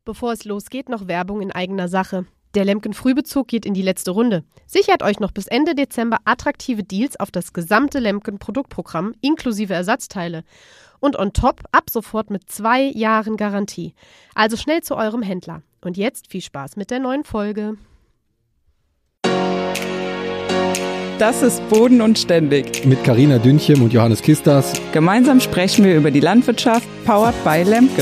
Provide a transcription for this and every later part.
Bevor es losgeht, noch Werbung in eigener Sache. Der Lemken Frühbezug geht in die letzte Runde. Sichert euch noch bis Ende Dezember attraktive Deals auf das gesamte Lemken Produktprogramm inklusive Ersatzteile. Und on top ab sofort mit 2 Jahren Garantie. Also schnell zu eurem Händler. Und jetzt viel Spaß mit der neuen Folge. Das ist Boden und Ständig. Mit Carina Dünchem und Johannes Kistas. Gemeinsam sprechen wir über die Landwirtschaft, powered by Lemken.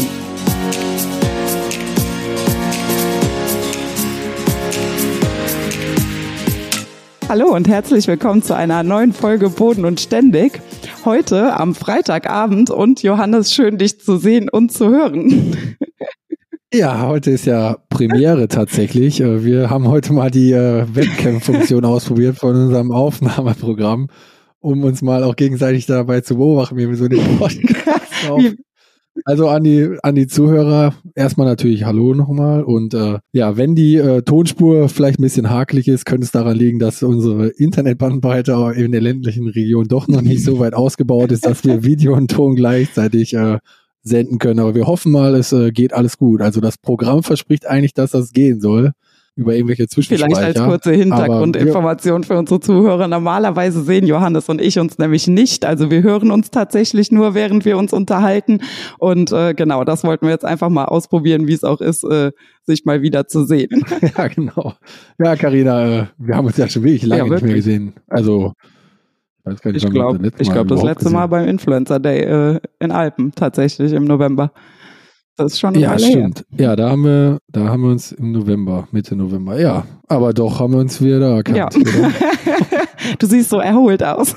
Hallo und herzlich willkommen zu einer neuen Folge Boden und Ständig. Heute am Freitagabend und Johannes, schön dich zu sehen und zu hören. Ja, heute ist ja Premiere tatsächlich. Wir haben heute mal die Webcam-Funktion ausprobiert von unserem Aufnahmeprogramm, um uns mal auch gegenseitig dabei zu beobachten, wie wir so den Podcast aufnehmen. Also an die Zuhörer erstmal natürlich Hallo nochmal und ja, wenn die Tonspur vielleicht ein bisschen hakelig ist, könnte es daran liegen, dass unsere Internetbandbreite in der ländlichen Region doch noch nicht so weit ausgebaut ist, dass wir Video und Ton gleichzeitig senden können. Aber wir hoffen mal, es geht alles gut. Also das Programm verspricht eigentlich, dass das gehen soll. Über irgendwelche Zwischenspeicher. Vielleicht als kurze Hintergrundinformation für unsere Zuhörer. Normalerweise sehen Johannes und ich uns nämlich nicht. Also wir hören uns tatsächlich nur, während wir uns unterhalten. Und genau, das wollten wir jetzt einfach mal ausprobieren, wie es auch ist, sich mal wieder zu sehen. Ja, genau. Ja, Carina, wir haben uns ja schon wirklich lange nicht mehr gesehen. Also ich glaube, das letzte Mal beim Influencer Day in Alpen tatsächlich im November. Das ist schon eine Weile stimmt. Her. Ja, da haben wir uns im November, Mitte November, ja. Aber doch haben wir uns wieder erkannt. Ja. Du siehst so erholt aus.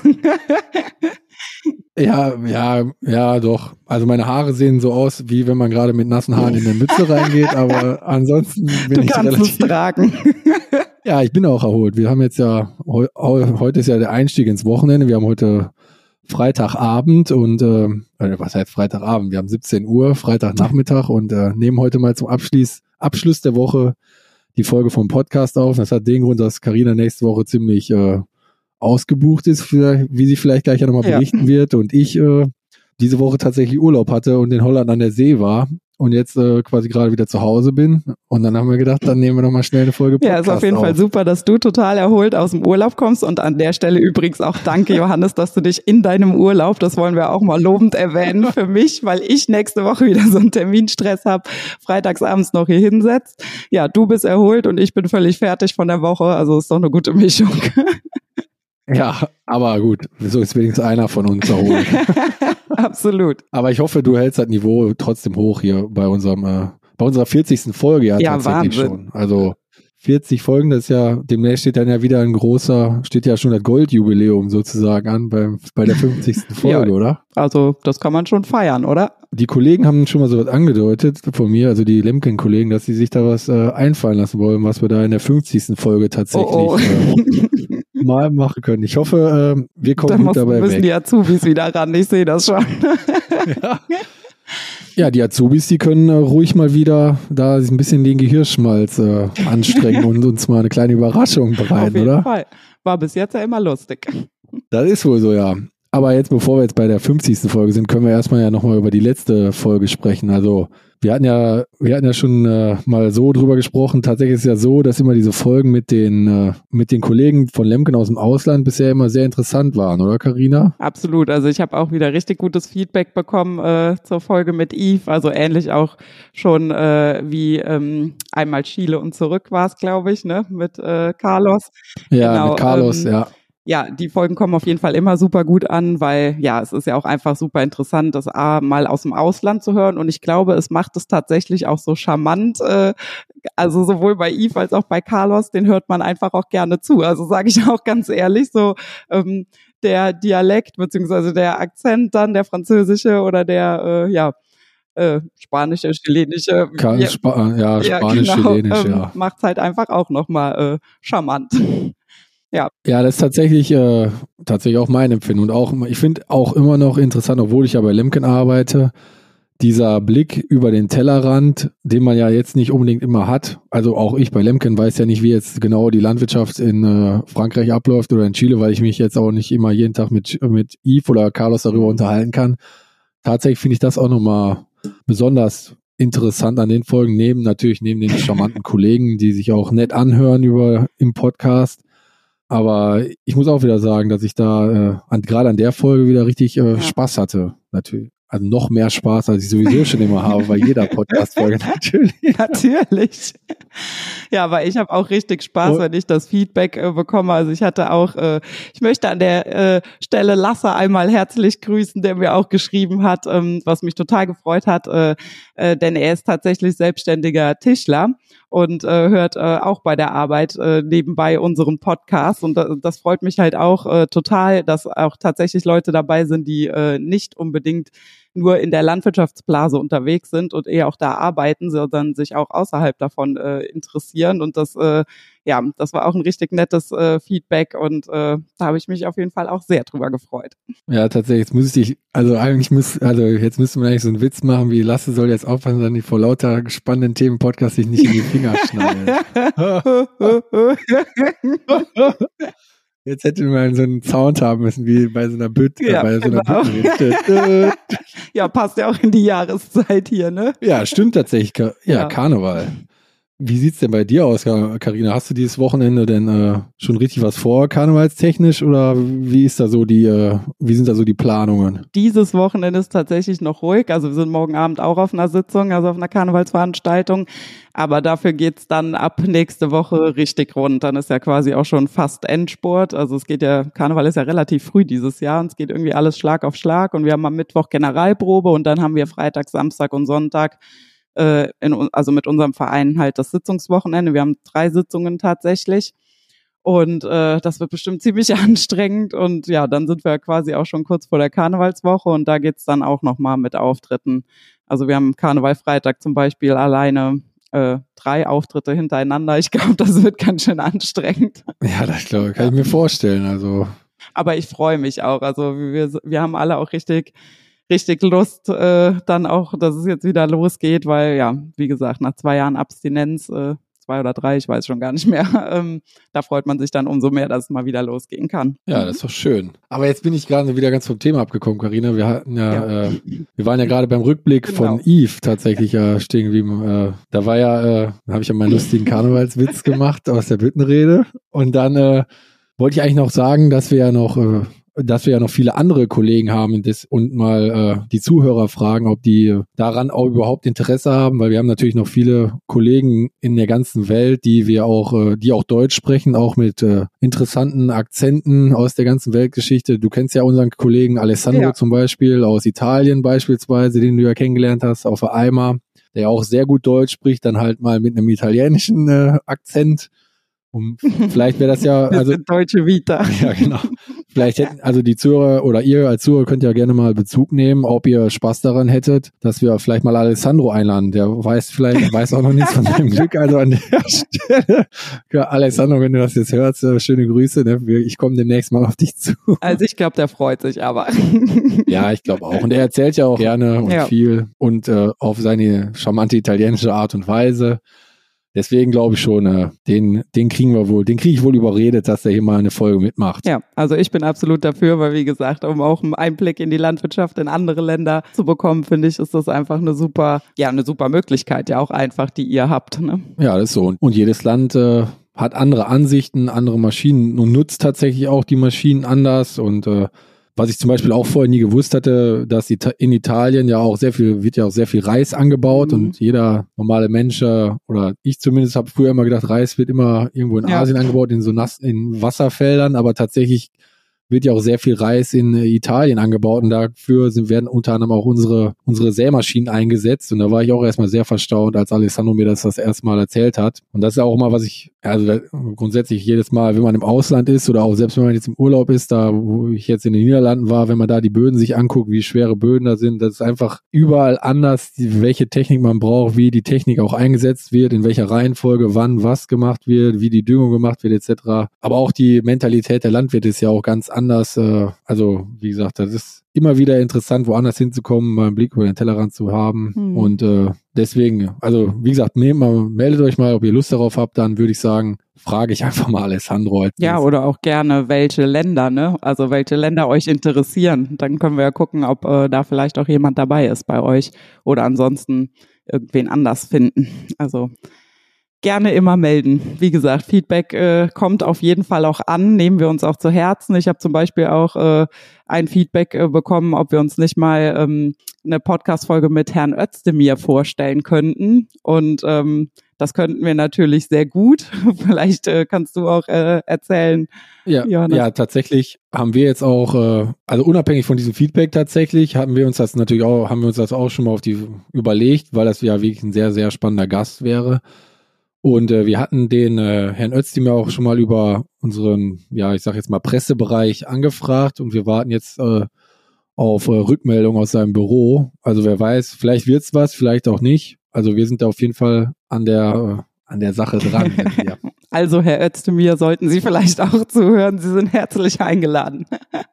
Ja, doch. Also meine Haare sehen so aus, wie wenn man gerade mit nassen Haaren in eine Mütze reingeht, aber ansonsten bin ich relativ... Du kannst es tragen. Ja, ich bin auch erholt. Wir haben jetzt ja, heute ist ja der Einstieg ins Wochenende. Wir haben heute Freitagabend und, was heißt Freitagabend? Wir haben 17 Uhr, Freitagnachmittag und nehmen heute mal zum Abschluss der Woche die Folge vom Podcast auf. Das hat den Grund, dass Carina nächste Woche ziemlich ausgebucht ist, wie sie vielleicht gleich nochmal berichten wird und ich diese Woche tatsächlich Urlaub hatte und in Holland an der See war und jetzt quasi gerade wieder zu Hause bin. Und dann haben wir gedacht, dann nehmen wir nochmal schnell eine Folge Podcast auf. Ja, ist auf jeden Fall super, dass du total erholt aus dem Urlaub kommst. Und an der Stelle übrigens auch danke, Johannes, dass du dich in deinem Urlaub, das wollen wir auch mal lobend erwähnen für mich, weil ich nächste Woche wieder so einen Terminstress habe, freitagsabends noch hier hinsetzt. Ja, du bist erholt und ich bin völlig fertig von der Woche. Also ist doch eine gute Mischung. Ja, aber gut, so ist wenigstens einer von uns erholt. Absolut. Aber ich hoffe, du hältst das Niveau trotzdem hoch hier bei unserer 40. Folge ja tatsächlich Wahnsinn. Schon. Also 40 Folgen, das ist ja, demnächst steht dann ja wieder steht ja schon das Goldjubiläum sozusagen an bei der 50. Folge, ja, oder? Also das kann man schon feiern, oder? Die Kollegen haben schon mal so was angedeutet von mir, also die Lemken-Kollegen, dass sie sich da was einfallen lassen wollen, was wir da in der 50. Folge tatsächlich mal machen können. Ich hoffe, wir kommen gut dabei weg. Da müssen die Azubis wieder ran, ich sehe das schon. Ja, die Azubis, die können ruhig mal wieder da ein bisschen den Gehirnschmalz anstrengen und uns mal eine kleine Überraschung bereiten, oder? Auf jeden Fall. War bis jetzt ja immer lustig. Das ist wohl so, ja. Aber jetzt, bevor wir jetzt bei der 50. Folge sind, können wir erstmal ja nochmal über die letzte Folge sprechen. Also wir hatten ja schon mal so drüber gesprochen. Tatsächlich ist es ja so, dass immer diese Folgen mit den Kollegen von Lemken aus dem Ausland bisher immer sehr interessant waren, oder Carina? Absolut. Also ich habe auch wieder richtig gutes Feedback bekommen zur Folge mit Yves. Also ähnlich auch schon wie einmal Chile und zurück war es, glaube ich, ne, mit Carlos. Ja, genau, mit Carlos, ja. Ja, die Folgen kommen auf jeden Fall immer super gut an, weil ja, es ist ja auch einfach super interessant, das mal aus dem Ausland zu hören und ich glaube, es macht es tatsächlich auch so charmant, also sowohl bei Yves als auch bei Carlos, den hört man einfach auch gerne zu, also sage ich auch ganz ehrlich, so der Dialekt beziehungsweise der Akzent dann, der französische oder der, spanische, chilenische. Spanisch, chilenisch, ja. Macht's halt einfach auch nochmal charmant. Ja, das ist tatsächlich auch meine Empfindung. Und auch, ich finde auch immer noch interessant, obwohl ich ja bei Lemken arbeite, dieser Blick über den Tellerrand, den man ja jetzt nicht unbedingt immer hat. Also auch ich bei Lemken weiß ja nicht, wie jetzt genau die Landwirtschaft in Frankreich abläuft oder in Chile, weil ich mich jetzt auch nicht immer jeden Tag mit Yves oder Carlos darüber unterhalten kann. Tatsächlich finde ich das auch nochmal besonders interessant an den Folgen, neben den charmanten Kollegen, die sich auch nett anhören im Podcast. Aber ich muss auch wieder sagen, dass ich da gerade an der Folge wieder richtig Spaß hatte. Natürlich. Also noch mehr Spaß, als ich sowieso schon immer habe bei jeder Podcast-Folge. Natürlich. Ja, aber ich habe auch richtig Spaß, wenn ich das Feedback bekomme. Also ich hatte auch, ich möchte an der Stelle Lasse einmal herzlich grüßen, der mir auch geschrieben hat, was mich total gefreut hat, denn er ist tatsächlich selbstständiger Tischler und hört auch bei der Arbeit nebenbei unseren Podcast. Und das freut mich halt auch total, dass auch tatsächlich Leute dabei sind, die nicht unbedingt nur in der Landwirtschaftsblase unterwegs sind und eher auch da arbeiten, sondern sich auch außerhalb davon interessieren. Und das war auch ein richtig nettes Feedback und da habe ich mich auf jeden Fall auch sehr drüber gefreut. Ja, tatsächlich, jetzt müsste man eigentlich so einen Witz machen, wie Lasse soll jetzt aufpassen, dass die vor lauter spannenden Themen Podcast sich nicht in die Finger schneiden. Jetzt hätte man so einen Sound haben müssen, wie bei so einer Bütte. Ja, ja, passt ja auch in die Jahreszeit hier, ne? Ja, stimmt tatsächlich. Ja, Karneval. Wie sieht's denn bei dir aus, Carina? Hast du dieses Wochenende denn schon richtig was vor, karnevalstechnisch, oder wie sind da so die Planungen? Dieses Wochenende ist tatsächlich noch ruhig. Also wir sind morgen Abend auch auf einer Sitzung, also auf einer Karnevalsveranstaltung. Aber dafür geht's dann ab nächste Woche richtig rund. Dann ist ja quasi auch schon fast Endspurt. Also Karneval ist ja relativ früh dieses Jahr und es geht irgendwie alles Schlag auf Schlag. Und wir haben am Mittwoch Generalprobe und dann haben wir Freitag, Samstag und Sonntag mit unserem Verein halt das Sitzungswochenende. Wir haben 3 Sitzungen tatsächlich und das wird bestimmt ziemlich anstrengend und ja, dann sind wir quasi auch schon kurz vor der Karnevalswoche und da geht's dann auch nochmal mit Auftritten. Also wir haben Karneval Freitag zum Beispiel alleine 3 Auftritte hintereinander. Ich glaube, das wird ganz schön anstrengend. Ja, das kann ich mir vorstellen. Also. Aber ich freue mich auch. Also wir haben alle auch richtig Lust, dann auch, dass es jetzt wieder losgeht, weil ja, wie gesagt, nach 2 Jahren Abstinenz, 2 oder 3, ich weiß schon gar nicht mehr, da freut man sich dann umso mehr, dass es mal wieder losgehen kann. Ja, das ist doch schön. Aber jetzt bin ich gerade wieder ganz vom Thema abgekommen, Carina. Wir hatten wir waren ja gerade beim Rückblick von Yves tatsächlich stehen geblieben. Da war habe ich ja meinen lustigen Karnevalswitz gemacht aus der Büttenrede und dann wollte ich eigentlich noch sagen, dass wir ja noch viele andere Kollegen haben und mal die Zuhörer fragen, ob die daran auch überhaupt Interesse haben, weil wir haben natürlich noch viele Kollegen in der ganzen Welt, die auch Deutsch sprechen, auch mit interessanten Akzenten aus der ganzen Weltgeschichte. Du kennst ja unseren Kollegen Alessandro zum Beispiel aus Italien beispielsweise, den du ja kennengelernt hast, auf der Eimer, der auch sehr gut Deutsch spricht, dann halt mal mit einem italienischen Akzent. Vielleicht wäre das ja, also deutsche Vita. Ja, genau. Vielleicht hätten also die Zuhörer oder ihr als Zuhörer könnt ja gerne mal Bezug nehmen, ob ihr Spaß daran hättet, dass wir vielleicht mal Alessandro einladen. Der weiß auch noch nichts von seinem Glück. Also an der Stelle, ja, Alessandro, wenn du das jetzt hörst, schöne Grüße. Ne? Ich komme demnächst mal auf dich zu. Also ich glaube, der freut sich aber. Ja, ich glaube auch. Und er erzählt ja auch gerne und viel und auf seine charmante italienische Art und Weise. Deswegen glaube ich schon, den kriege ich wohl überredet, dass er hier mal eine Folge mitmacht. Ja, also ich bin absolut dafür, weil wie gesagt, um auch einen Einblick in die Landwirtschaft in andere Länder zu bekommen, finde ich, ist das einfach eine super Möglichkeit, ja auch einfach, die ihr habt. Ne? Ja, das ist so. Und jedes Land hat andere Ansichten, andere Maschinen und nutzt tatsächlich auch die Maschinen anders und was ich zum Beispiel auch vorher nie gewusst hatte, dass in Italien wird ja auch sehr viel Reis angebaut und jeder normale Mensch, oder ich zumindest habe früher immer gedacht, Reis wird immer irgendwo in Asien angebaut, in so in Wasserfeldern, aber tatsächlich wird ja auch sehr viel Reis in Italien angebaut und dafür werden unter anderem auch unsere Sämaschinen eingesetzt und da war ich auch erstmal sehr verstaunt, als Alessandro mir das erste Mal erzählt hat. Und das ist ja auch mal, grundsätzlich jedes Mal, wenn man im Ausland ist oder auch selbst wenn man jetzt im Urlaub ist, da wo ich jetzt in den Niederlanden war, wenn man da die Böden sich anguckt, wie schwere Böden da sind, das ist einfach überall anders, welche Technik man braucht, wie die Technik auch eingesetzt wird, in welcher Reihenfolge, wann was gemacht wird, wie die Düngung gemacht wird etc. Aber auch die Mentalität der Landwirte ist ja auch ganz anders. Also wie gesagt, das ist immer wieder interessant, woanders hinzukommen, mal einen Blick über den Tellerrand zu haben. Und deswegen, also wie gesagt, meldet euch mal, ob ihr Lust darauf habt, dann würde ich sagen, frage ich einfach mal Alessandro. Ja, oder auch gerne, welche Länder, ne? Also welche Länder euch interessieren. Dann können wir ja gucken, ob da vielleicht auch jemand dabei ist bei euch. Oder ansonsten irgendwen anders finden. Also gerne immer melden. Wie gesagt, Feedback kommt auf jeden Fall auch an, nehmen wir uns auch zu Herzen. Ich habe zum Beispiel auch ein Feedback bekommen, ob wir uns nicht mal eine Podcast-Folge mit Herrn Özdemir vorstellen könnten. Und das könnten wir natürlich sehr gut. Vielleicht kannst du auch erzählen. Ja, tatsächlich haben wir jetzt auch, also unabhängig von diesem Feedback tatsächlich, haben wir uns das auch schon mal überlegt, weil das ja wirklich ein sehr, sehr spannender Gast wäre. Und wir hatten den Herrn Özdemir auch schon mal über unseren, ja, ich sag jetzt mal Pressebereich angefragt und wir warten jetzt auf Rückmeldung aus seinem Büro. Also wer weiß, vielleicht wird's was, vielleicht auch nicht. Also wir sind da auf jeden Fall an der Sache dran. Ja. Also Herr Özdemir, sollten Sie vielleicht auch zuhören, Sie sind herzlich eingeladen.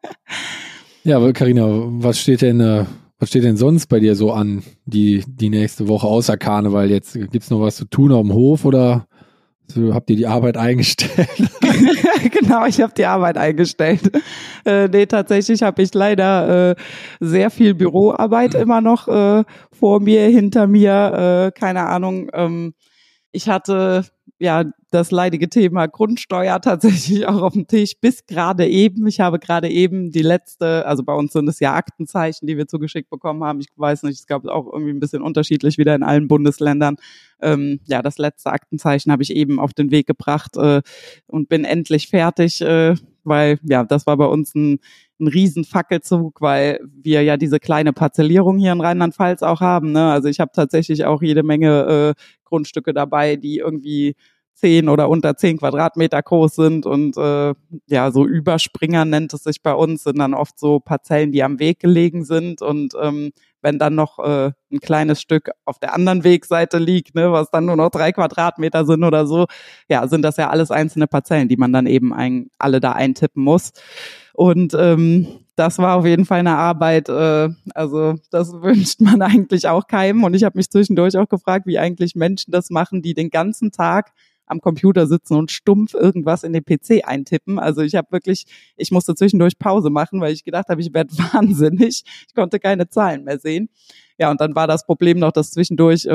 Ja, aber Carina, was steht denn sonst bei dir so an, die nächste Woche außer Karneval? Jetzt gibt's noch was zu tun auf dem Hof oder habt ihr die Arbeit eingestellt? Genau, ich habe die Arbeit eingestellt. Nee, tatsächlich habe ich leider sehr viel Büroarbeit immer noch vor mir, hinter mir, keine Ahnung. Ich hatte ja das leidige Thema Grundsteuer tatsächlich auch auf dem Tisch bis gerade eben. Ich habe gerade eben die letzte, also bei uns sind es ja Aktenzeichen, die wir zugeschickt bekommen haben. Ich weiß nicht, es gab auch irgendwie ein bisschen unterschiedlich wieder in allen Bundesländern. Ja, das letzte Aktenzeichen habe ich eben auf den Weg gebracht und bin endlich fertig, weil ja, das war bei uns ein riesen Fackelzug, weil wir ja diese kleine Parzellierung hier in Rheinland-Pfalz auch haben. Ne? Also ich habe tatsächlich auch jede Menge Grundstücke dabei, die irgendwie 10 oder unter 10 Quadratmeter groß sind und ja, so Überspringer nennt es sich bei uns, sind dann oft so Parzellen, die am Weg gelegen sind und wenn dann noch ein kleines Stück auf der anderen Wegseite liegt, ne, was dann nur noch 3 Quadratmeter sind oder so, ja, sind das ja alles einzelne Parzellen, die man dann eben alle da eintippen muss. Und das war auf jeden Fall eine Arbeit, also das wünscht man eigentlich auch keinem. Und ich habe mich zwischendurch auch gefragt, wie eigentlich Menschen das machen, die den ganzen Tag am Computer sitzen und stumpf irgendwas in den PC eintippen. Also ich musste zwischendurch Pause machen, weil ich gedacht habe, ich werde wahnsinnig. Ich konnte keine Zahlen mehr sehen. Ja, und dann war das Problem noch, dass zwischendurch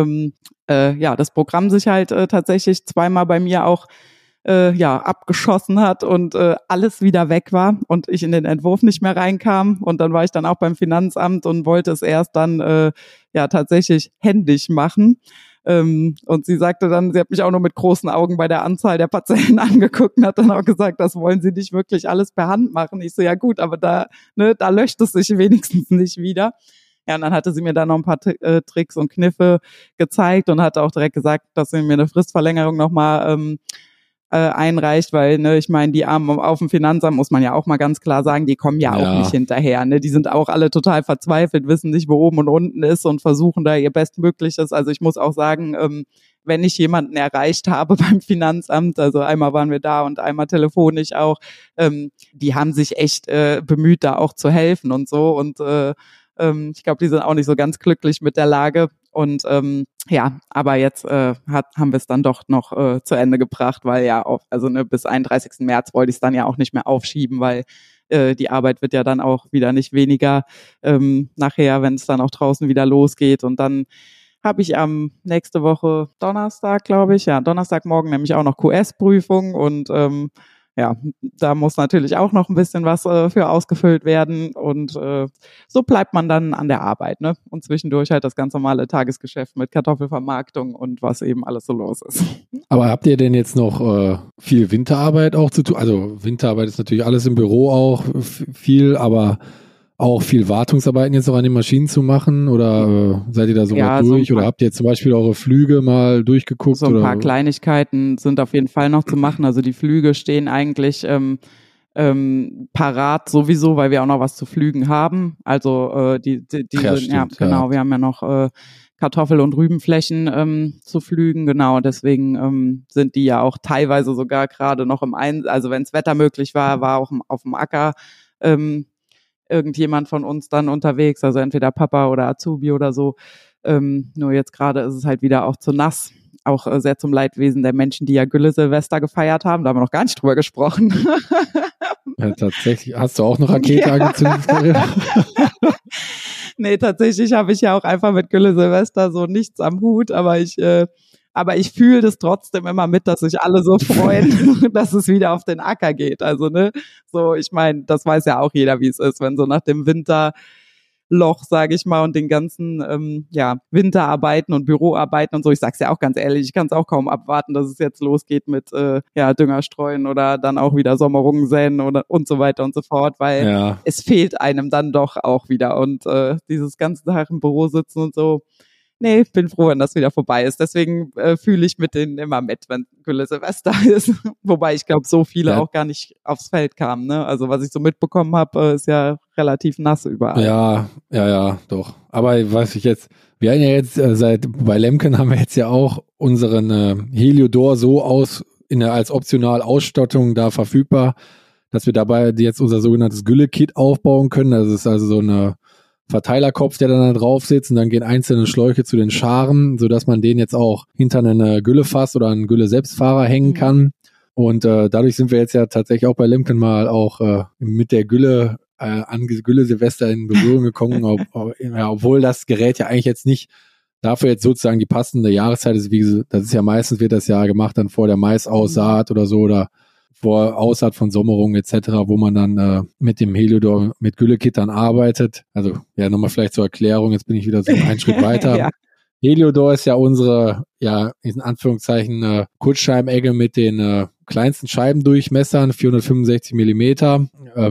das Programm sich halt tatsächlich zweimal bei mir auch abgeschossen hat und alles wieder weg war und ich in den Entwurf nicht mehr reinkam. Und dann war ich dann auch beim Finanzamt und wollte es erst dann tatsächlich händisch machen. Und sie sagte dann, sie hat mich auch nur mit großen Augen bei der Anzahl der Parzellen angeguckt und hat dann auch gesagt, das wollen Sie nicht wirklich alles per Hand machen. Ich so, ja gut, aber da löscht es sich wenigstens nicht wieder. Ja, und dann hatte sie mir dann noch ein paar Tricks und Kniffe gezeigt und hatte auch direkt gesagt, dass sie mir eine Fristverlängerung nochmal einreicht, weil, ne, ich meine, die Armen auf dem Finanzamt, muss man ja auch mal ganz klar sagen, die kommen ja auch nicht hinterher, ne, die sind auch alle total verzweifelt, wissen nicht, wo oben und unten ist und versuchen da ihr Bestmögliches. Also ich muss auch sagen, wenn ich jemanden erreicht habe beim Finanzamt, also einmal waren wir da und einmal telefonisch auch, die haben sich echt bemüht, da auch zu helfen und so und ich glaube, die sind auch nicht so ganz glücklich mit der Lage. Und aber jetzt haben wir es dann doch noch zu Ende gebracht, weil ja auch, also bis 31. März wollte ich es dann ja auch nicht mehr aufschieben, weil die Arbeit wird ja dann auch wieder nicht weniger nachher, wenn es dann auch draußen wieder losgeht. Und dann habe ich nächste Woche Donnerstag, glaube ich, Donnerstagmorgen nämlich auch noch QS-Prüfung und da muss natürlich auch noch ein bisschen was für ausgefüllt werden und so bleibt man dann an der Arbeit, ne? Und zwischendurch halt das ganz normale Tagesgeschäft mit Kartoffelvermarktung und was eben alles so los ist. Aber habt ihr denn jetzt noch viel Winterarbeit auch zu tun? Also Winterarbeit ist natürlich alles im Büro auch viel, aber auch viel Wartungsarbeiten jetzt noch an den Maschinen zu machen oder seid ihr da so weit durch oder habt ihr zum Beispiel eure Flüge mal durchgeguckt? So ein paar Kleinigkeiten sind auf jeden Fall noch zu machen. Also die Flüge stehen eigentlich parat sowieso, weil wir auch noch was zu flügen haben. Also stimmt, genau, wir haben ja noch Kartoffel- und Rübenflächen zu flügen, genau, deswegen sind die ja auch teilweise sogar gerade noch im Einsatz, also wenn es Wetter möglich war auch auf dem Acker irgendjemand von uns dann unterwegs, also entweder Papa oder Azubi oder so. Nur jetzt gerade ist es halt wieder auch zu nass auch sehr zum Leidwesen der Menschen, die ja Gülle-Silvester gefeiert haben. Da haben wir noch gar nicht drüber gesprochen. Ja, tatsächlich. Hast du auch eine Rakete angezündet, Carina? Nee, tatsächlich habe ich ja auch einfach mit Gülle-Silvester so nichts am Hut, aber ich fühle das trotzdem immer mit, dass sich alle so freuen, dass es wieder auf den Acker geht. Also, ne, so, ich meine, das weiß ja auch jeder, wie es ist, wenn so nach dem Winterloch, sage ich mal, und den ganzen Winterarbeiten und Büroarbeiten und so, ich sag's ja auch ganz ehrlich, ich kann es auch kaum abwarten, dass es jetzt losgeht mit Düngerstreuen oder dann auch wieder Sommerungen säen oder und so weiter und so fort, weil es fehlt einem dann doch auch wieder und dieses ganze Tag im Büro sitzen und so. Nee, ich bin froh, wenn das wieder vorbei ist. Deswegen fühle ich mit denen immer mit, wenn Gülle-Silvester ist. Wobei ich glaube, so viele auch gar nicht aufs Feld kamen. Ne? Also was ich so mitbekommen habe, ist ja relativ nass überall. Ja, doch. Aber was ich jetzt, wir haben ja jetzt bei Lemken haben wir jetzt ja auch unseren Heliodor so als optional Ausstattung da verfügbar, dass wir dabei jetzt unser sogenanntes Gülle-Kit aufbauen können. Das ist also so eine Verteilerkopf, der dann da drauf sitzt und dann gehen einzelne Schläuche zu den Scharen, sodass man den jetzt auch hinter einen Güllefass oder einen Gülle-Selbstfahrer hängen kann. Und dadurch sind wir jetzt ja tatsächlich auch bei Lemken mal auch mit der Gülle Gülle-Silvester in Berührung gekommen, obwohl das Gerät ja eigentlich jetzt nicht dafür jetzt sozusagen die passende Jahreszeit ist. Das ist ja meistens, wird das ja gemacht dann vor der Maisaussaat oder so oder vor Aussaat von Sommerung etc., wo man dann mit dem Heliodor mit Gülle-Kit dann arbeitet. Also ja, nochmal vielleicht zur Erklärung, jetzt bin ich wieder so einen Schritt weiter. Ja. Heliodor ist ja unsere, in Anführungszeichen, Kurzscheibenegge mit den kleinsten Scheibendurchmessern, 465 Millimeter,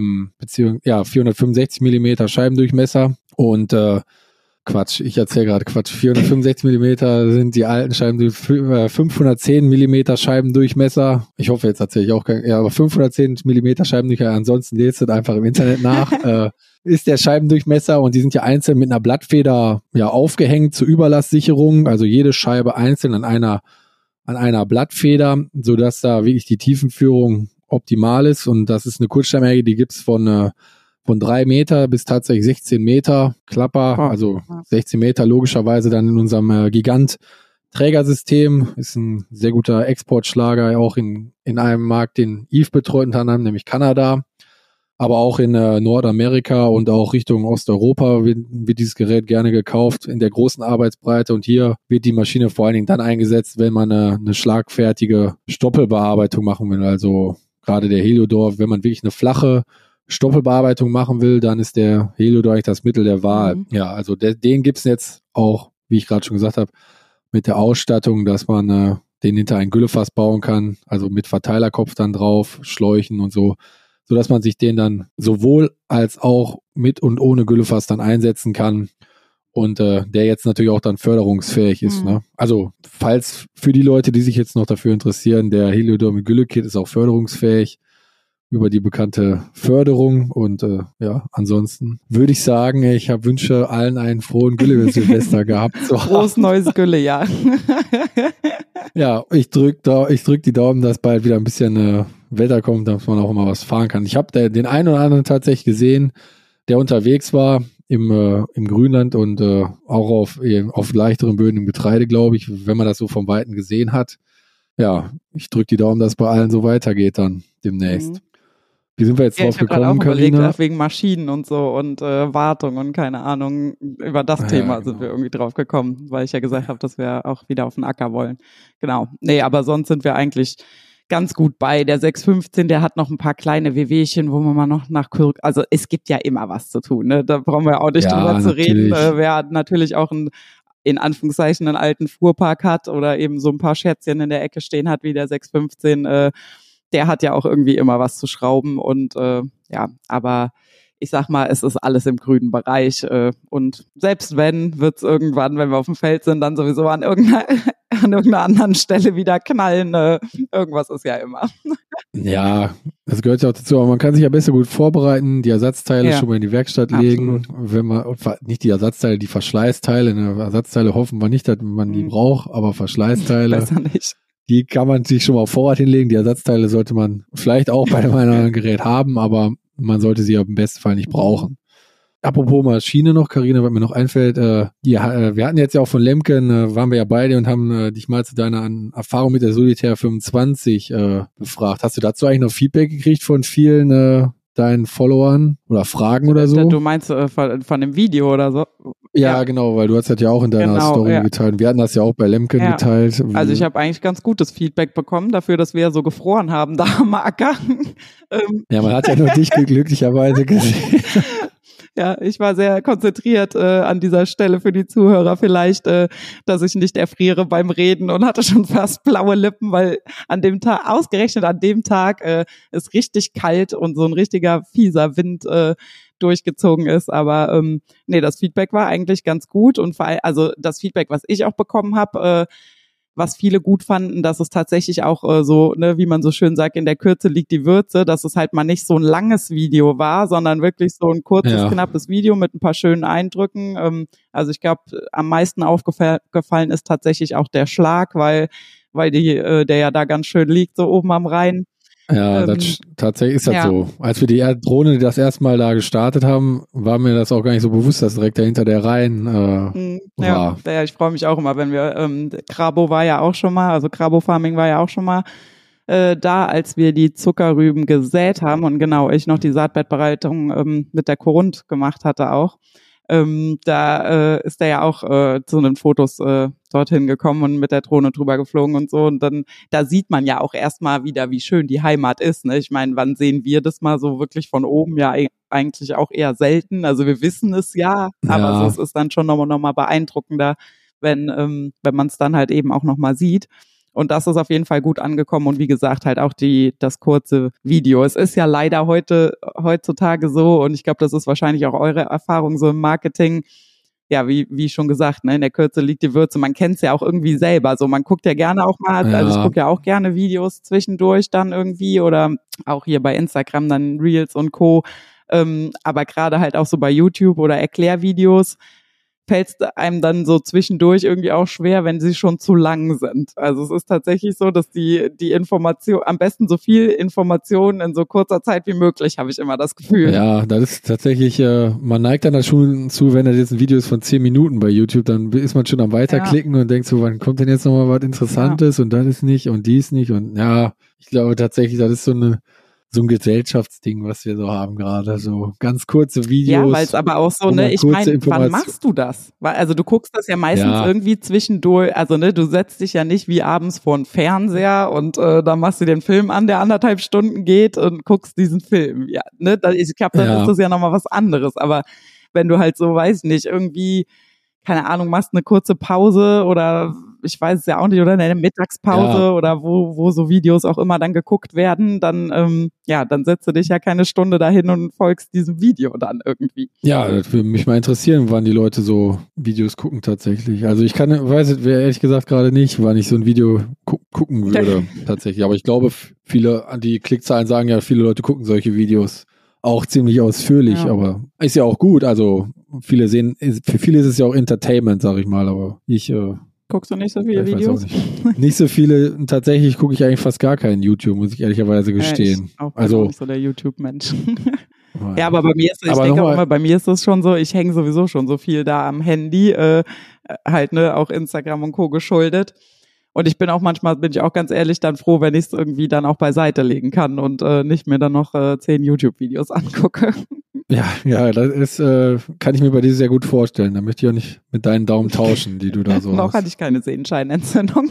465 Millimeter Scheibendurchmesser und ich erzähle gerade Quatsch. 465 Millimeter sind die alten Scheiben, 510 Millimeter Scheibendurchmesser. Ich hoffe, jetzt erzähle ich auch aber 510 Millimeter Scheibendurchmesser, ansonsten lest es einfach im Internet nach, ist der Scheibendurchmesser und die sind ja einzeln mit einer Blattfeder aufgehängt zur Überlastsicherung, also jede Scheibe einzeln an einer Blattfeder, sodass da wirklich die Tiefenführung optimal ist und das ist eine Kurzscheibenegge, die gibt's von 3 Meter bis tatsächlich 16 Meter Klapper, also 16 Meter logischerweise dann in unserem Gigant-Trägersystem. Ist ein sehr guter Exportschlager, auch in einem Markt, den Yves betreut unter anderem, nämlich Kanada, aber auch in Nordamerika und auch Richtung Osteuropa wird dieses Gerät gerne gekauft in der großen Arbeitsbreite und hier wird die Maschine vor allen Dingen dann eingesetzt, wenn man eine schlagfertige Stoppelbearbeitung machen will, also gerade der Heliodor, wenn man wirklich eine flache Stoppelbearbeitung machen will, dann ist der Heliodor eigentlich das Mittel der Wahl. Ja, also den gibt's jetzt auch, wie ich gerade schon gesagt habe, mit der Ausstattung, dass man den hinter ein Güllefass bauen kann, also mit Verteilerkopf dann drauf, Schläuchen und so, sodass man sich den dann sowohl als auch mit und ohne Güllefass dann einsetzen kann und der jetzt natürlich auch dann förderungsfähig ist. Ne? Also falls für die Leute, die sich jetzt noch dafür interessieren, der Heliodor mit Gülle-Kit ist auch förderungsfähig über die bekannte Förderung und ansonsten würde ich sagen, ich wünsche allen einen frohen Gülle-Silvester gehabt. Frohes neues Güllejahr. Ja, ich drück die Daumen, dass bald wieder ein bisschen Wetter kommt, dass man auch immer was fahren kann. Ich habe den einen oder anderen tatsächlich gesehen, der unterwegs war im Grünland und auch auf leichteren Böden im Getreide, glaube ich, wenn man das so vom Weiten gesehen hat. Ja, ich drücke die Daumen, dass es bei allen so weitergeht dann demnächst. Wie sind wir jetzt drauf gekommen, Carina? Wegen Maschinen und so und Wartung und keine Ahnung, über das Thema sind wir irgendwie drauf gekommen, weil ich ja gesagt habe, dass wir auch wieder auf den Acker wollen. Genau. Nee, aber sonst sind wir eigentlich ganz gut bei. Der 615, der hat noch ein paar kleine Wehwehchen, wo man mal noch also es gibt ja immer was zu tun, ne? Da brauchen wir auch nicht drüber zu reden. Wer natürlich auch in Anführungszeichen einen alten Fuhrpark hat oder eben so ein paar Schätzchen in der Ecke stehen hat, wie der 615, der hat ja auch irgendwie immer was zu schrauben und aber ich sag mal, es ist alles im grünen Bereich und selbst wird's irgendwann, wenn wir auf dem Feld sind, dann sowieso an irgendeiner anderen Stelle wieder knallen. Irgendwas ist ja immer. Ja, das gehört ja auch dazu, aber man kann sich ja besser gut vorbereiten, die Ersatzteile schon mal in die Werkstatt legen, wenn man, nicht die Ersatzteile, die Verschleißteile, Ersatzteile hoffen wir nicht, dass man die braucht, aber Verschleißteile. Besser nicht. Die kann man sich schon mal auf Vorrat hinlegen. Die Ersatzteile sollte man vielleicht auch bei einem anderen Gerät haben, aber man sollte sie im besten Fall nicht brauchen. Apropos Maschine noch, Carina, was mir noch einfällt, wir hatten jetzt ja auch von Lemken, waren wir ja beide und haben dich mal zu deiner Erfahrung mit der Solitaire 25 befragt. Hast du dazu eigentlich noch Feedback gekriegt von vielen deinen Followern oder Fragen oder so? Du meinst von dem Video oder so? Ja, genau, weil du hast das ja auch in deiner Story geteilt. Wir hatten das ja auch bei Lemken geteilt. Also ich habe eigentlich ganz gutes Feedback bekommen dafür, dass wir so gefroren haben da am Acker. Ja, man hat ja nur dich glücklicherweise gesehen. Ja, ich war sehr konzentriert an dieser Stelle für die Zuhörer vielleicht, dass ich nicht erfriere beim Reden und hatte schon fast blaue Lippen, weil ausgerechnet an dem Tag ist richtig kalt und so ein richtiger fieser Wind durchgezogen ist. Aber nee, das Feedback war eigentlich ganz gut und vor allem, also das Feedback, was ich auch bekommen habe, was viele gut fanden, dass es tatsächlich auch so, ne, wie man so schön sagt, in der Kürze liegt die Würze, dass es halt mal nicht so ein langes Video war, sondern wirklich so ein kurzes, knappes Video mit ein paar schönen Eindrücken. Also ich glaube, am meisten aufgefallen ist tatsächlich auch der Schlag, weil der ja da ganz schön liegt, so oben am Rhein. Ja, tatsächlich ist das so. Als wir die Drohne das erste Mal da gestartet haben, war mir das auch gar nicht so bewusst, dass direkt dahinter der Rhein war. Ja, ich freue mich auch immer, wenn wir, Crabo war ja auch schon mal, also Crabo Farming war ja auch schon mal da, als wir die Zuckerrüben gesät haben und genau, ich noch die Saatbettbereitung mit der Korund gemacht hatte auch. Da ist er ja auch zu den Fotos dorthin gekommen und mit der Drohne drüber geflogen und so. Und dann, da sieht man ja auch erstmal wieder, wie schön die Heimat ist. Ne? Ich meine, wann sehen wir das mal so wirklich von oben? Ja, eigentlich auch eher selten. Also wir wissen es aber so, es ist dann schon nochmal beeindruckender, wenn man es dann halt eben auch nochmal sieht. Und das ist auf jeden Fall gut angekommen und wie gesagt halt auch das kurze Video. Es ist ja leider heutzutage so und ich glaube, das ist wahrscheinlich auch eure Erfahrung so im Marketing. Ja, wie schon gesagt, ne, in der Kürze liegt die Würze. Man kennt es ja auch irgendwie selber. So, man guckt ja gerne auch mal, also ich gucke ja auch gerne Videos zwischendurch dann irgendwie oder auch hier bei Instagram dann Reels und Co. Aber gerade halt auch so bei YouTube oder Erklärvideos fällt es einem dann so zwischendurch irgendwie auch schwer, wenn sie schon zu lang sind. Also es ist tatsächlich so, dass die Information, am besten so viel Informationen in so kurzer Zeit wie möglich, habe ich immer das Gefühl. Ja, das ist tatsächlich, man neigt dann schon zu, wenn das jetzt ein Video ist von 10 Minuten bei YouTube, dann ist man schon am Weiterklicken und denkt so, wann kommt denn jetzt nochmal was Interessantes und das ist nicht und dies nicht und ja, ich glaube tatsächlich, das ist so ein Gesellschaftsding, was wir so haben gerade, so ganz kurze Videos. Ja, weil es aber auch so, ne, ich meine, wann machst du das? Also du guckst das ja meistens irgendwie zwischendurch, also ne, du setzt dich ja nicht wie abends vor den Fernseher und dann machst du den Film an, der 1,5 Stunden geht und guckst diesen Film. Ja, ne, ich glaube, dann ist das ja nochmal was anderes, aber wenn du halt so, weiß nicht, irgendwie, keine Ahnung, machst eine kurze Pause oder ich weiß es ja auch nicht, oder eine Mittagspause oder wo so Videos auch immer dann geguckt werden, dann dann setzt du dich ja keine Stunde dahin und folgst diesem Video dann irgendwie. Ja, das würde mich mal interessieren, wann die Leute so Videos gucken tatsächlich. Also ich weiß es ehrlich gesagt gerade nicht, wann ich so ein Video gucken würde tatsächlich. Aber ich glaube, viele, die Klickzahlen sagen ja, viele Leute gucken solche Videos auch ziemlich ausführlich, aber ist ja auch gut. Also für viele ist es ja auch Entertainment, sag ich mal, aber guckst du nicht so viele Videos? Nicht so viele. Tatsächlich gucke ich eigentlich fast gar keinen YouTube, muss ich ehrlicherweise gestehen. Ich auch nicht so der YouTube-Mensch. Ja, aber bei mir bei mir ist das schon so, ich hänge sowieso schon so viel da am Handy, halt, ne, auch Instagram und Co. geschuldet. Und ich bin auch manchmal, bin ich auch ganz ehrlich, dann froh, wenn ich es irgendwie dann auch beiseite legen kann und nicht mir dann noch 10 YouTube-Videos angucke. Ja, das ist, kann ich mir bei dir sehr gut vorstellen. Da möchte ich auch nicht mit deinen Daumen tauschen, die du da so hast. Noch hatte ich keine Sehenscheinentzündung.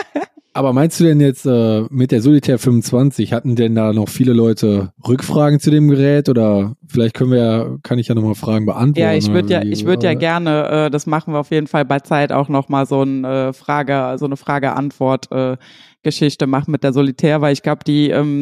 Aber meinst du denn jetzt mit der Solitaire 25, hatten denn da noch viele Leute Rückfragen zu dem Gerät oder vielleicht kann ich ja nochmal Fragen beantworten? Ja, ich würde ja gerne, das machen wir auf jeden Fall bei Zeit auch nochmal so eine Frage-Antwort Geschichte machen mit der Solitaire, weil ich glaube,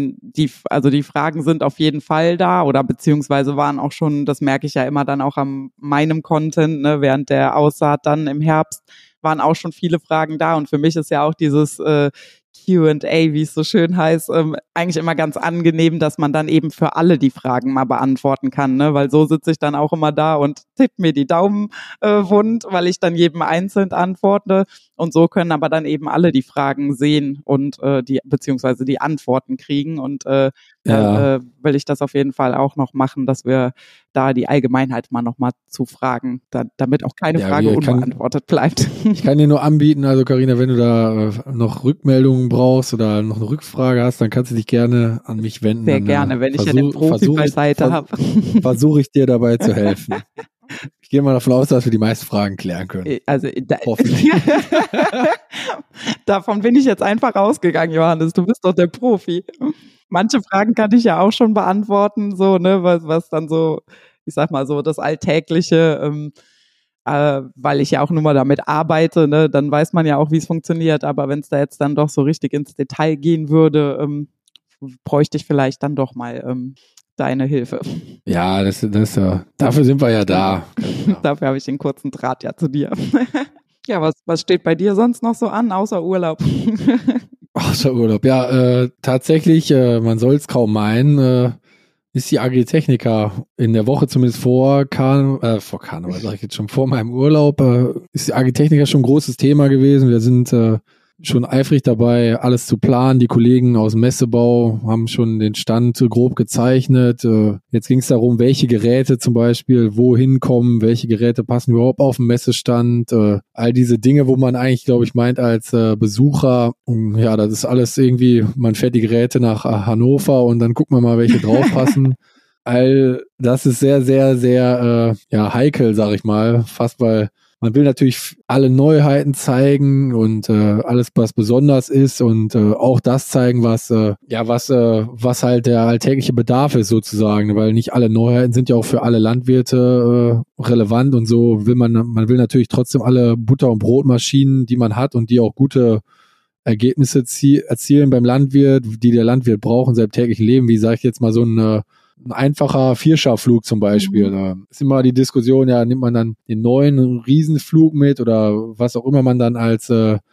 die Fragen sind auf jeden Fall da oder beziehungsweise waren auch schon, das merke ich ja immer dann auch an meinem Content, ne, während der Aussaat dann im Herbst waren auch schon viele Fragen da und für mich ist ja auch dieses Q&A, wie es so schön heißt, eigentlich immer ganz angenehm, dass man dann eben für alle die Fragen mal beantworten kann, ne? Weil so sitze ich dann auch immer da und tippe mir die Daumen wund, weil ich dann jedem einzeln antworte, und so können aber dann eben alle die Fragen sehen und beziehungsweise die Antworten kriegen, und will ich das auf jeden Fall auch noch machen, dass wir da die Allgemeinheit mal nochmal zu fragen, damit auch keine Frage unbeantwortet bleibt. Ich kann dir nur anbieten, also Carina, wenn du da noch Rückmeldungen brauchst oder noch eine Rückfrage hast, dann kannst du dich gerne an mich wenden. Sehr gerne, wenn ich ja den Profi beiseite habe. Versuche ich dir dabei zu helfen. Ich gehe mal davon aus, dass wir die meisten Fragen klären können. Also davon bin ich jetzt einfach ausgegangen, Johannes. Du bist doch der Profi. Manche Fragen kann ich ja auch schon beantworten, so, ne, was dann so, ich sag mal so, das Alltägliche, weil ich ja auch nur mal damit arbeite, ne, dann weiß man ja auch, wie es funktioniert. Aber wenn es da jetzt dann doch so richtig ins Detail gehen würde, bräuchte ich vielleicht dann doch mal deine Hilfe. Ja, dafür sind wir ja da. Dafür habe ich den kurzen Draht ja zu dir. Ja, was steht bei dir sonst noch so an, außer Urlaub? Außer Urlaub, ja, tatsächlich, man soll es kaum meinen, ist die Agritechnica in der Woche zumindest vor Karneval, sag ich jetzt schon, vor meinem Urlaub, ist die Agritechnica schon ein großes Thema gewesen. Wir sind schon eifrig dabei, alles zu planen. Die Kollegen aus dem Messebau haben schon den Stand grob gezeichnet. Jetzt ging es darum, welche Geräte zum Beispiel wohin kommen, welche Geräte passen überhaupt auf den Messestand. All diese Dinge, wo man eigentlich, glaube ich, meint als Besucher, ja, das ist alles irgendwie, man fährt die Geräte nach Hannover und dann guckt man mal, welche draufpassen. All das ist sehr, sehr, sehr heikel, sag ich mal, fast, weil man will natürlich alle Neuheiten zeigen und alles, was besonders ist, und auch das zeigen, was halt der alltägliche Bedarf ist sozusagen, weil nicht alle Neuheiten sind ja auch für alle Landwirte relevant, und so will man will natürlich trotzdem alle Butter- und Brotmaschinen, die man hat und die auch gute Ergebnisse erzielen beim Landwirt, die der Landwirt braucht in seinem täglichen Leben, wie sage ich jetzt mal, so ein einfacher Vierscharflug zum Beispiel. Da ist immer die Diskussion, ja, nimmt man dann den neuen Riesenflug mit oder was auch immer man dann als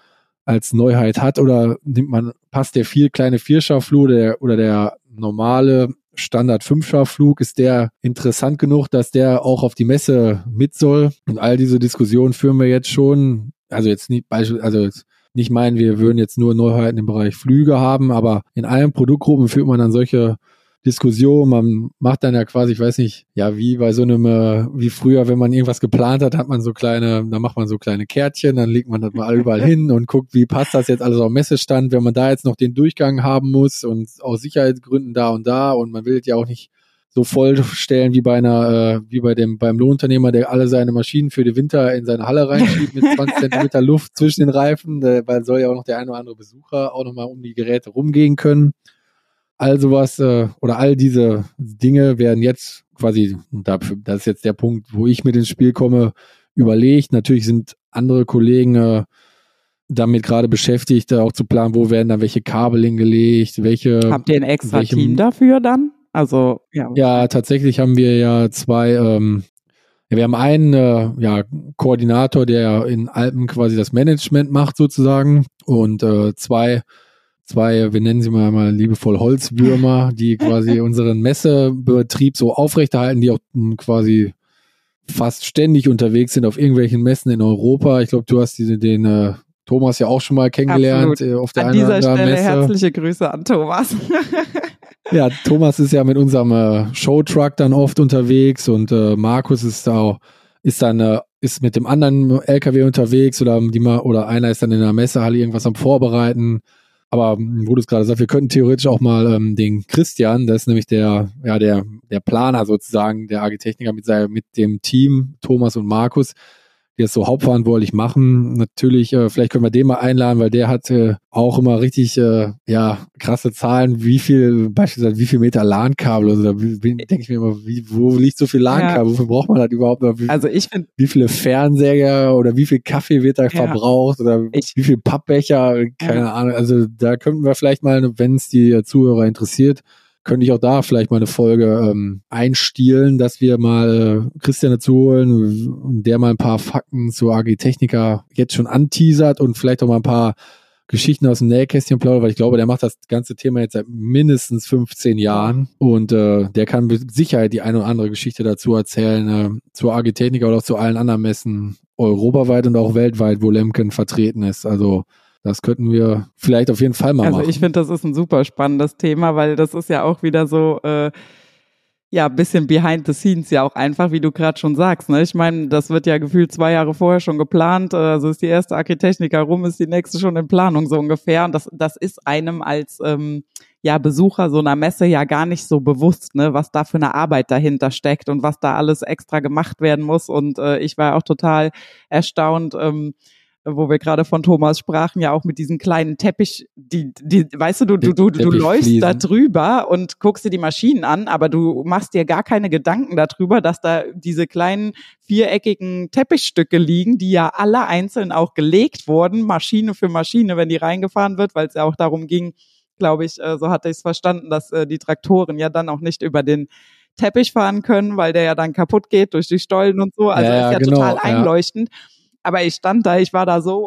Neuheit hat, oder passt der kleine Vierscharflug oder der normale Standard Fünfscharflug, ist der interessant genug, dass der auch auf die Messe mit soll? Und all diese Diskussionen führen wir jetzt schon, also jetzt nicht nicht meinen, wir würden jetzt nur Neuheiten im Bereich Flüge haben, aber in allen Produktgruppen führt man dann solche Diskussion, man macht dann ja quasi, ich weiß nicht, ja, wie bei so einem, wie früher, wenn man irgendwas geplant hat, dann macht man so kleine Kärtchen, dann legt man das mal überall hin und guckt, wie passt das jetzt alles auf dem Messestand, wenn man da jetzt noch den Durchgang haben muss und aus Sicherheitsgründen da und man will es ja auch nicht so vollstellen wie beim Lohnunternehmer, der alle seine Maschinen für den Winter in seine Halle reinschiebt mit 20 Zentimeter Luft zwischen den Reifen, weil soll ja auch noch der ein oder andere Besucher auch nochmal um die Geräte rumgehen können. All sowas oder all diese Dinge werden jetzt quasi, das ist jetzt der Punkt, wo ich mit ins Spiel komme, überlegt. Natürlich sind andere Kollegen damit gerade beschäftigt, auch zu planen, wo werden dann welche Kabel hingelegt, Habt ihr ein extra Team dafür dann? Also, ja. Ja, tatsächlich haben wir ja zwei, wir haben einen Koordinator, der in Alpen quasi das Management macht sozusagen, und zwei, wir nennen sie mal liebevoll Holzwürmer, die quasi unseren Messebetrieb so aufrechterhalten, die auch quasi fast ständig unterwegs sind auf irgendwelchen Messen in Europa. Ich glaube, du hast den Thomas ja auch schon mal kennengelernt. Auf der an dieser Stelle Messe. Herzliche Grüße an Thomas. Ja, Thomas ist ja mit unserem Showtruck dann oft unterwegs, und Markus ist mit dem anderen LKW unterwegs, oder einer ist dann in der Messehalle irgendwas am Vorbereiten. Aber wo du es gerade sagst, wir könnten theoretisch auch mal den Christian, das ist nämlich der Planer sozusagen, der Agritechniker mit dem Team, Thomas und Markus, die das so hauptverantwortlich machen. Natürlich, vielleicht können wir den mal einladen, weil der hat auch immer richtig krasse Zahlen, wie viel Meter LAN-Kabel, also da denke ich mir immer, wo liegt so viel LAN-Kabel, wofür braucht man das überhaupt noch? Wie viele Fernseher oder wie viel Kaffee wird da verbraucht oder wie viel Pappbecher, keine Ahnung, also da könnten wir vielleicht mal, wenn es die Zuhörer interessiert, könnte ich auch da vielleicht mal eine Folge einstielen, dass wir mal Christian dazu holen, der mal ein paar Fakten zur Agritechnica jetzt schon anteasert und vielleicht auch mal ein paar Geschichten aus dem Nähkästchen plaudern, weil ich glaube, der macht das ganze Thema jetzt seit mindestens 15 Jahren und der kann mit Sicherheit die eine oder andere Geschichte dazu erzählen, zur Agritechnica oder auch zu allen anderen Messen europaweit und auch weltweit, wo Lemken vertreten ist. Also das könnten wir vielleicht auf jeden Fall mal machen. Also ich finde, das ist ein super spannendes Thema, weil das ist ja auch wieder so ein bisschen behind the scenes ja auch einfach, wie du gerade schon sagst. Ne? Ich meine, das wird ja gefühlt 2 Jahre vorher schon geplant. Also ist die erste Agritechnica rum, ist die nächste schon in Planung so ungefähr. Und das ist einem als Besucher so einer Messe ja gar nicht so bewusst, ne, was da für eine Arbeit dahinter steckt und was da alles extra gemacht werden muss. Und ich war auch total erstaunt, wo wir gerade von Thomas sprachen, ja auch mit diesen kleinen Teppich, die weißt du läufst da drüber und guckst dir die Maschinen an, aber du machst dir gar keine Gedanken darüber, dass da diese kleinen viereckigen Teppichstücke liegen, die ja alle einzeln auch gelegt wurden, Maschine für Maschine, wenn die reingefahren wird, weil es ja auch darum ging, glaube ich, so hatte ich es verstanden, dass die Traktoren ja dann auch nicht über den Teppich fahren können, weil der ja dann kaputt geht durch die Stollen und so, also ist ja genau, total einleuchtend. Aber ich stand da, ich war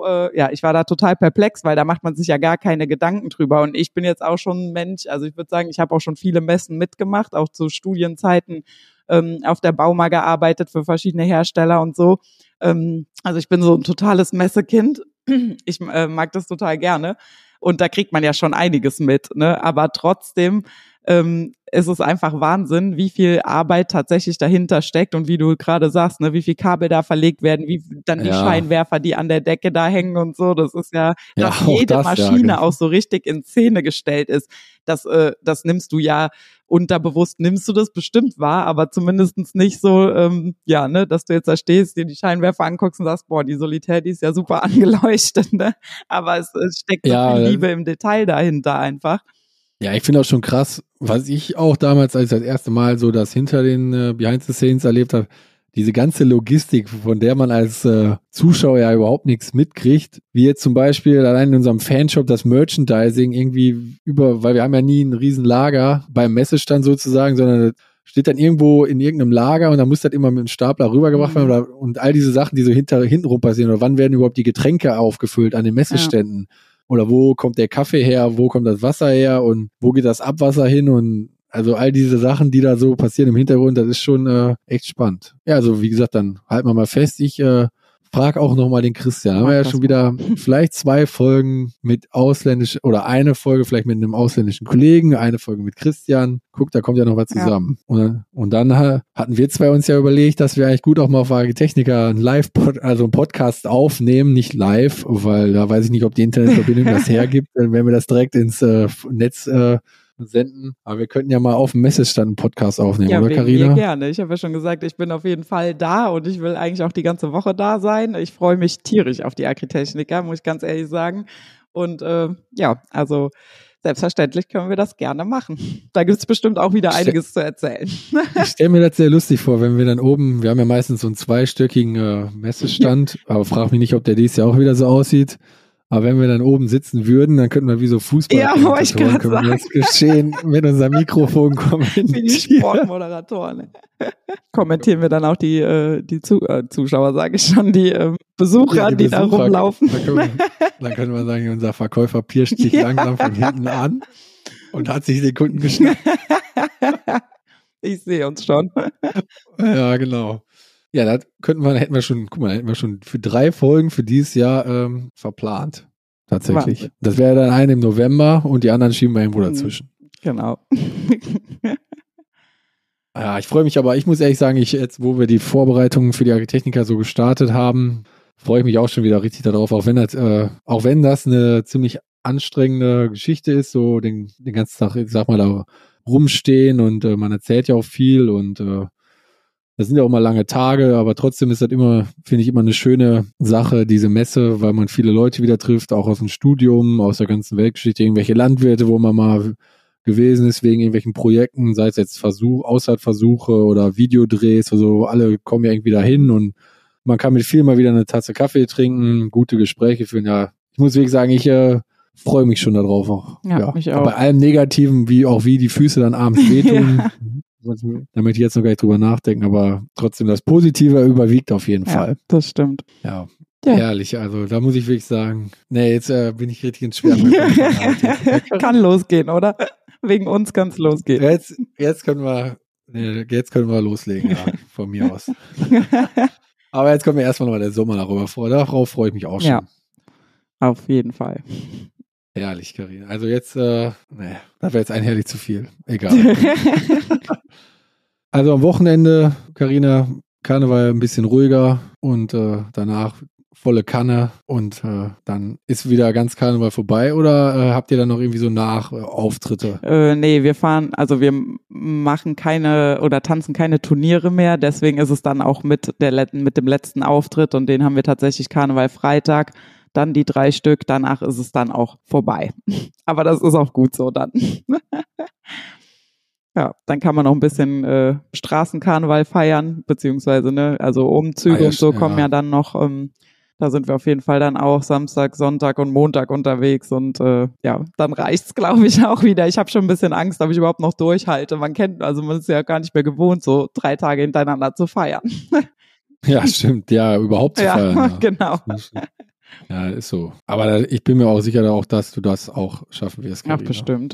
da total perplex, weil da macht man sich ja gar keine Gedanken drüber. Und ich bin jetzt auch schon ein Mensch, also ich würde sagen, ich habe auch schon viele Messen mitgemacht, auch zu Studienzeiten auf der Bauma gearbeitet für verschiedene Hersteller und so. Also ich bin so ein totales Messekind. Ich mag das total gerne. Und da kriegt man ja schon einiges mit, ne? Aber trotzdem es ist einfach Wahnsinn, wie viel Arbeit tatsächlich dahinter steckt und wie du gerade sagst, ne, wie viel Kabel da verlegt werden, wie dann die Scheinwerfer, die an der Decke da hängen und so. Das ist ja, dass jede Maschine auch so richtig in Szene gestellt ist. Das nimmst du ja unterbewusst, nimmst du das bestimmt wahr, aber zumindest nicht so, dass du jetzt da stehst, dir die Scheinwerfer anguckst und sagst, boah, die Solitär, die ist ja super angeleuchtet, ne? Aber es steckt so viel Liebe im Detail dahinter einfach. Ja, ich finde auch schon krass, was ich auch damals, als ich das erste Mal so das hinter den Behind the Scenes erlebt habe, diese ganze Logistik, von der man als Zuschauer ja überhaupt nichts mitkriegt, wie jetzt zum Beispiel allein in unserem Fanshop das Merchandising irgendwie weil wir haben ja nie ein riesen Lager beim Messestand sozusagen, sondern steht dann irgendwo in irgendeinem Lager und dann muss das immer mit einem Stapler rübergebracht werden und all diese Sachen, die so hintenrum passieren, oder wann werden überhaupt die Getränke aufgefüllt an den Messeständen? Ja. Oder wo kommt der Kaffee her, wo kommt das Wasser her und wo geht das Abwasser hin und also all diese Sachen, die da so passieren im Hintergrund, das ist schon echt spannend. Ja, also wie gesagt, dann halten wir mal fest, ich frage auch nochmal den Christian. Haben wir ja schon wieder vielleicht 2 Folgen mit ausländischen oder eine Folge vielleicht mit einem ausländischen Kollegen, eine Folge mit Christian. Guck, da kommt ja noch was zusammen. Ja. Und dann hatten wir 2 uns ja überlegt, dass wir eigentlich gut auch mal auf Agritechnica einen Podcast aufnehmen, nicht live, weil da weiß ich nicht, ob die Internetverbindung das hergibt, wenn wir das direkt ins Netz senden. Aber wir könnten ja mal auf dem Messestand einen Podcast aufnehmen, oder Carina? Ja, gerne. Ich habe ja schon gesagt, ich bin auf jeden Fall da und ich will eigentlich auch die ganze Woche da sein. Ich freue mich tierisch auf die Agritechnica, muss ich ganz ehrlich sagen. Und also selbstverständlich können wir das gerne machen. Da gibt es bestimmt auch wieder einiges zu erzählen. Ich stelle mir das sehr lustig vor, wenn wir dann oben, wir haben ja meistens so einen 2-stöckigen Messestand, aber frag mich nicht, ob der dieses Jahr auch wieder so aussieht. Aber wenn wir dann oben sitzen würden, dann könnten wir wie so Fußball-Kommentatoren das geschehen mit unserem Mikrofon kommentieren. Wie die Sportmoderatoren. Kommentieren wir dann auch die Zuschauer, sage ich schon, die Besucher, die da rumlaufen. Dann können wir sagen, unser Verkäufer pirscht sich langsam von hinten an und hat sich den Kunden geschnappt. Ich sehe uns schon. Ja, genau. Ja, hätten wir schon für 3 Folgen für dieses Jahr verplant. Tatsächlich. Wahnsinn. Das wäre dann eine im November und die anderen schieben wir irgendwo dazwischen. Genau. Ja, ich freue mich aber, ich muss ehrlich sagen, jetzt, wo wir die Vorbereitungen für die Agritechnica so gestartet haben, freue ich mich auch schon wieder richtig darauf, auch wenn das eine ziemlich anstrengende Geschichte ist, so den ganzen Tag, ich sag mal, da rumstehen und man erzählt ja auch viel und das sind ja auch mal lange Tage, aber trotzdem ist das immer, finde ich, immer eine schöne Sache, diese Messe, weil man viele Leute wieder trifft, auch aus dem Studium, aus der ganzen Weltgeschichte, irgendwelche Landwirte, wo man mal gewesen ist wegen irgendwelchen Projekten, sei es jetzt Aussaatversuche oder Videodrehs, also alle kommen ja irgendwie dahin und man kann mit vielen mal wieder eine Tasse Kaffee trinken, gute Gespräche führen. Ja, ich muss wirklich sagen, ich freue mich schon darauf auch. Ja, mich auch. Bei allem Negativen, wie die Füße dann abends wehtun. Ja. Da möchte ich jetzt noch gar nicht drüber nachdenken, aber trotzdem das Positive überwiegt auf jeden Fall. Das stimmt. Ja. Ja. Herrlich, also da muss ich wirklich sagen, nee, jetzt bin ich richtig ins Schwärmen. Kann losgehen, oder? Wegen uns kann es losgehen. Jetzt können wir loslegen, ja, von mir aus. Aber jetzt kommt mir erstmal noch der Sommer darüber vor. Darauf freue ich mich auch schon. Ja, auf jeden Fall. Herrlich, Carina. Also jetzt, das wäre jetzt einhellig zu viel. Egal. Also am Wochenende, Carina, Karneval ein bisschen ruhiger und danach volle Kanne und dann ist wieder ganz Karneval vorbei oder habt ihr dann noch irgendwie so Nachauftritte? Nee, wir machen keine oder tanzen keine Turniere mehr, deswegen ist es dann auch mit dem letzten Auftritt und den haben wir tatsächlich Karneval Freitag, dann die 3 Stück, danach ist es dann auch vorbei. Aber das ist auch gut so dann. Ja, dann kann man noch ein bisschen Straßenkarneval feiern, beziehungsweise, also Umzüge und so kommen ja dann noch. Da sind wir auf jeden Fall dann auch Samstag, Sonntag und Montag unterwegs und dann reicht's, glaube ich, auch wieder. Ich habe schon ein bisschen Angst, ob ich überhaupt noch durchhalte. Man ist ja gar nicht mehr gewohnt, so 3 Tage hintereinander zu feiern. Ja, stimmt, ja, überhaupt zu feiern. Ja, genau. Ja, ist so. Aber ich bin mir auch sicher, dass du das auch schaffen wirst, Carina. Ach, bestimmt.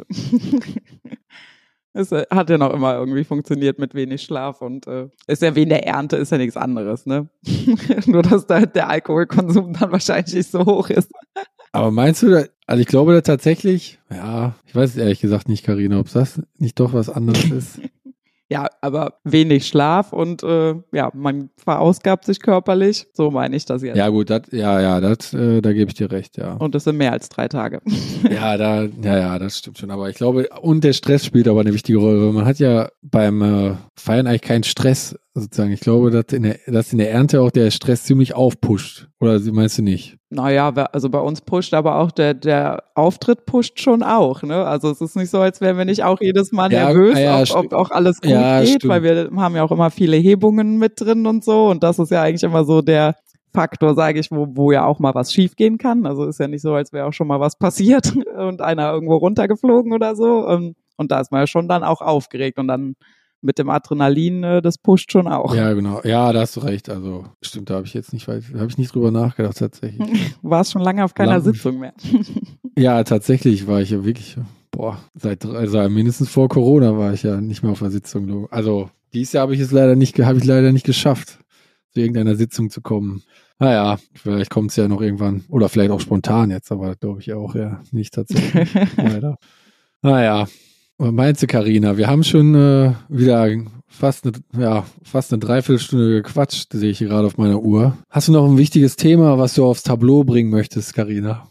Es hat ja noch immer irgendwie funktioniert mit wenig Schlaf und ist ja wie in der Ernte, ist ja nichts anderes, ne? Nur, dass da der Alkoholkonsum dann wahrscheinlich nicht so hoch ist. Aber meinst du, also ich glaube da tatsächlich, ja, ich weiß es ehrlich gesagt nicht, Carina, ob das nicht doch was anderes ist. Ja, aber wenig Schlaf und man verausgabt sich körperlich, so meine ich das jetzt. Ja gut, da gebe ich dir recht, ja. Und das sind mehr als 3 Tage. Ja, das stimmt schon. Aber ich glaube, und der Stress spielt aber eine wichtige Rolle, weil man hat ja beim Feiern eigentlich keinen Stress sozusagen. Ich glaube, dass in der Ernte auch der Stress ziemlich aufpusht. Oder meinst du nicht? Naja, also bei uns pusht aber auch der Auftritt pusht schon auch, ne? Also es ist nicht so, als wären wir nicht auch jedes Mal nervös, ob auch alles gut geht, stimmt. Weil wir haben ja auch immer viele Hebungen mit drin und so und das ist ja eigentlich immer so der Faktor, sage ich, wo ja auch mal was schief gehen kann. Also ist ja nicht so, als wäre auch schon mal was passiert und einer irgendwo runtergeflogen oder so und da ist man ja schon dann auch aufgeregt und dann mit dem Adrenalin, das pusht schon auch. Ja, genau. Ja, da hast du recht. Also stimmt, da habe ich nicht drüber nachgedacht tatsächlich. War es schon lange auf keiner Sitzung mehr. Ja, tatsächlich war ich ja wirklich, also mindestens vor Corona war ich ja nicht mehr auf einer Sitzung. Also dieses Jahr habe ich leider nicht geschafft, zu irgendeiner Sitzung zu kommen. Naja, vielleicht kommt es ja noch irgendwann oder vielleicht auch spontan jetzt, aber glaube ich auch ja nicht tatsächlich. Leider. Naja. Was meinst du, Carina? Wir haben schon wieder fast eine Dreiviertelstunde gequatscht, sehe ich hier gerade auf meiner Uhr. Hast du noch ein wichtiges Thema, was du aufs Tableau bringen möchtest, Carina?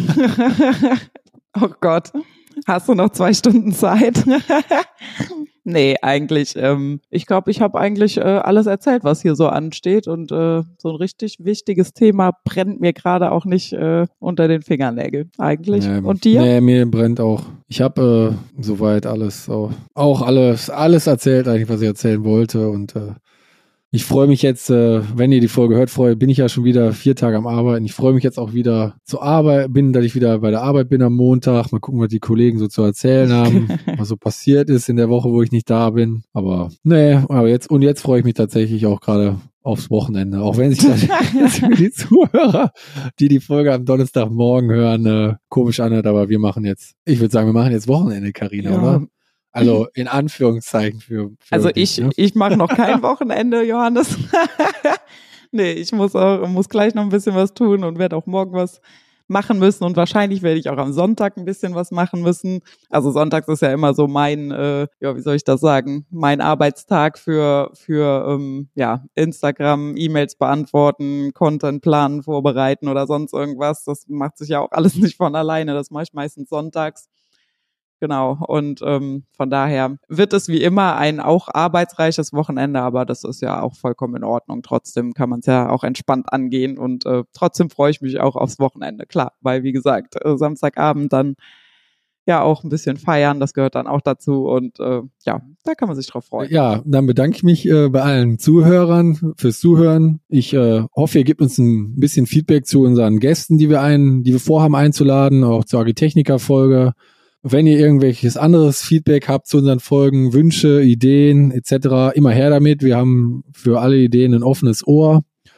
Oh Gott, hast du noch 2 Stunden Zeit? Nee, eigentlich, ich glaube, ich habe eigentlich alles erzählt, was hier so ansteht und so ein richtig wichtiges Thema brennt mir gerade auch nicht unter den Fingernägeln eigentlich. Und dir? Nee, mir brennt auch. Ich habe soweit alles erzählt, eigentlich, was ich erzählen wollte und ich freue mich jetzt, wenn ihr die Folge hört, bin ich ja schon wieder 4 Tage am Arbeiten. Ich freue mich jetzt auch wieder zur Arbeit, dass ich wieder bei der Arbeit bin am Montag. Mal gucken, was die Kollegen so zu erzählen haben, was so passiert ist in der Woche, wo ich nicht da bin. Aber jetzt freue ich mich tatsächlich auch gerade aufs Wochenende. Auch wenn sich das für die Zuhörer, die Folge am Donnerstagmorgen hören, komisch anhört. Aber ich würde sagen, wir machen jetzt Wochenende, Carina, ja. Oder? Also in Anführungszeichen für also dich, ich mache noch kein Wochenende, Johannes. Nee, ich muss gleich noch ein bisschen was tun und werde auch morgen was machen müssen und wahrscheinlich werde ich auch am Sonntag ein bisschen was machen müssen. Also sonntags ist ja immer so mein, wie soll ich das sagen, mein Arbeitstag für Instagram, E-Mails beantworten, Content planen, vorbereiten oder sonst irgendwas. Das macht sich ja auch alles nicht von alleine. Das mache ich meistens sonntags. Genau, und von daher wird es wie immer ein auch arbeitsreiches Wochenende, aber das ist ja auch vollkommen in Ordnung. Trotzdem kann man es ja auch entspannt angehen und trotzdem freue ich mich auch aufs Wochenende, klar, weil wie gesagt, Samstagabend dann ja auch ein bisschen feiern, das gehört dann auch dazu und da kann man sich drauf freuen. Ja, dann bedanke ich mich bei allen Zuhörern fürs Zuhören. Ich hoffe, ihr gebt uns ein bisschen Feedback zu unseren Gästen, die wir vorhaben einzuladen, auch zur Agritechnica-Folge. Wenn ihr irgendwelches anderes Feedback habt zu unseren Folgen, Wünsche, Ideen etc., immer her damit. Wir haben für alle Ideen ein offenes Ohr.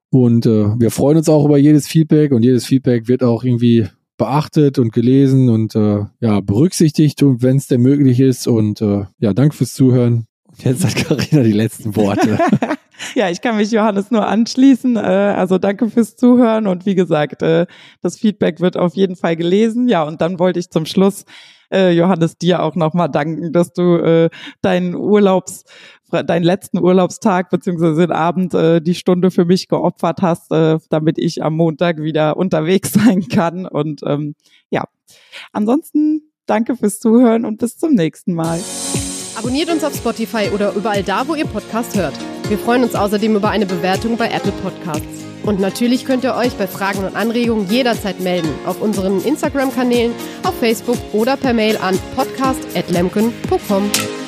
Und wir freuen uns auch über jedes Feedback und jedes Feedback wird auch irgendwie beachtet und gelesen und berücksichtigt, wenn es denn möglich ist. Und danke fürs Zuhören. Und jetzt hat Carina die letzten Worte. Ja, ich kann mich Johannes nur anschließen. Also danke fürs Zuhören und wie gesagt, das Feedback wird auf jeden Fall gelesen. Ja, und dann wollte ich zum Schluss, Johannes, dir auch nochmal danken, dass du deinen letzten Urlaubstag beziehungsweise den Abend die Stunde für mich geopfert hast, damit ich am Montag wieder unterwegs sein kann. Und ansonsten danke fürs Zuhören und bis zum nächsten Mal. Abonniert uns auf Spotify oder überall da, wo ihr Podcast hört. Wir freuen uns außerdem über eine Bewertung bei Apple Podcasts. Und natürlich könnt ihr euch bei Fragen und Anregungen jederzeit melden auf unseren Instagram-Kanälen, auf Facebook oder per Mail an podcast@lemken.com.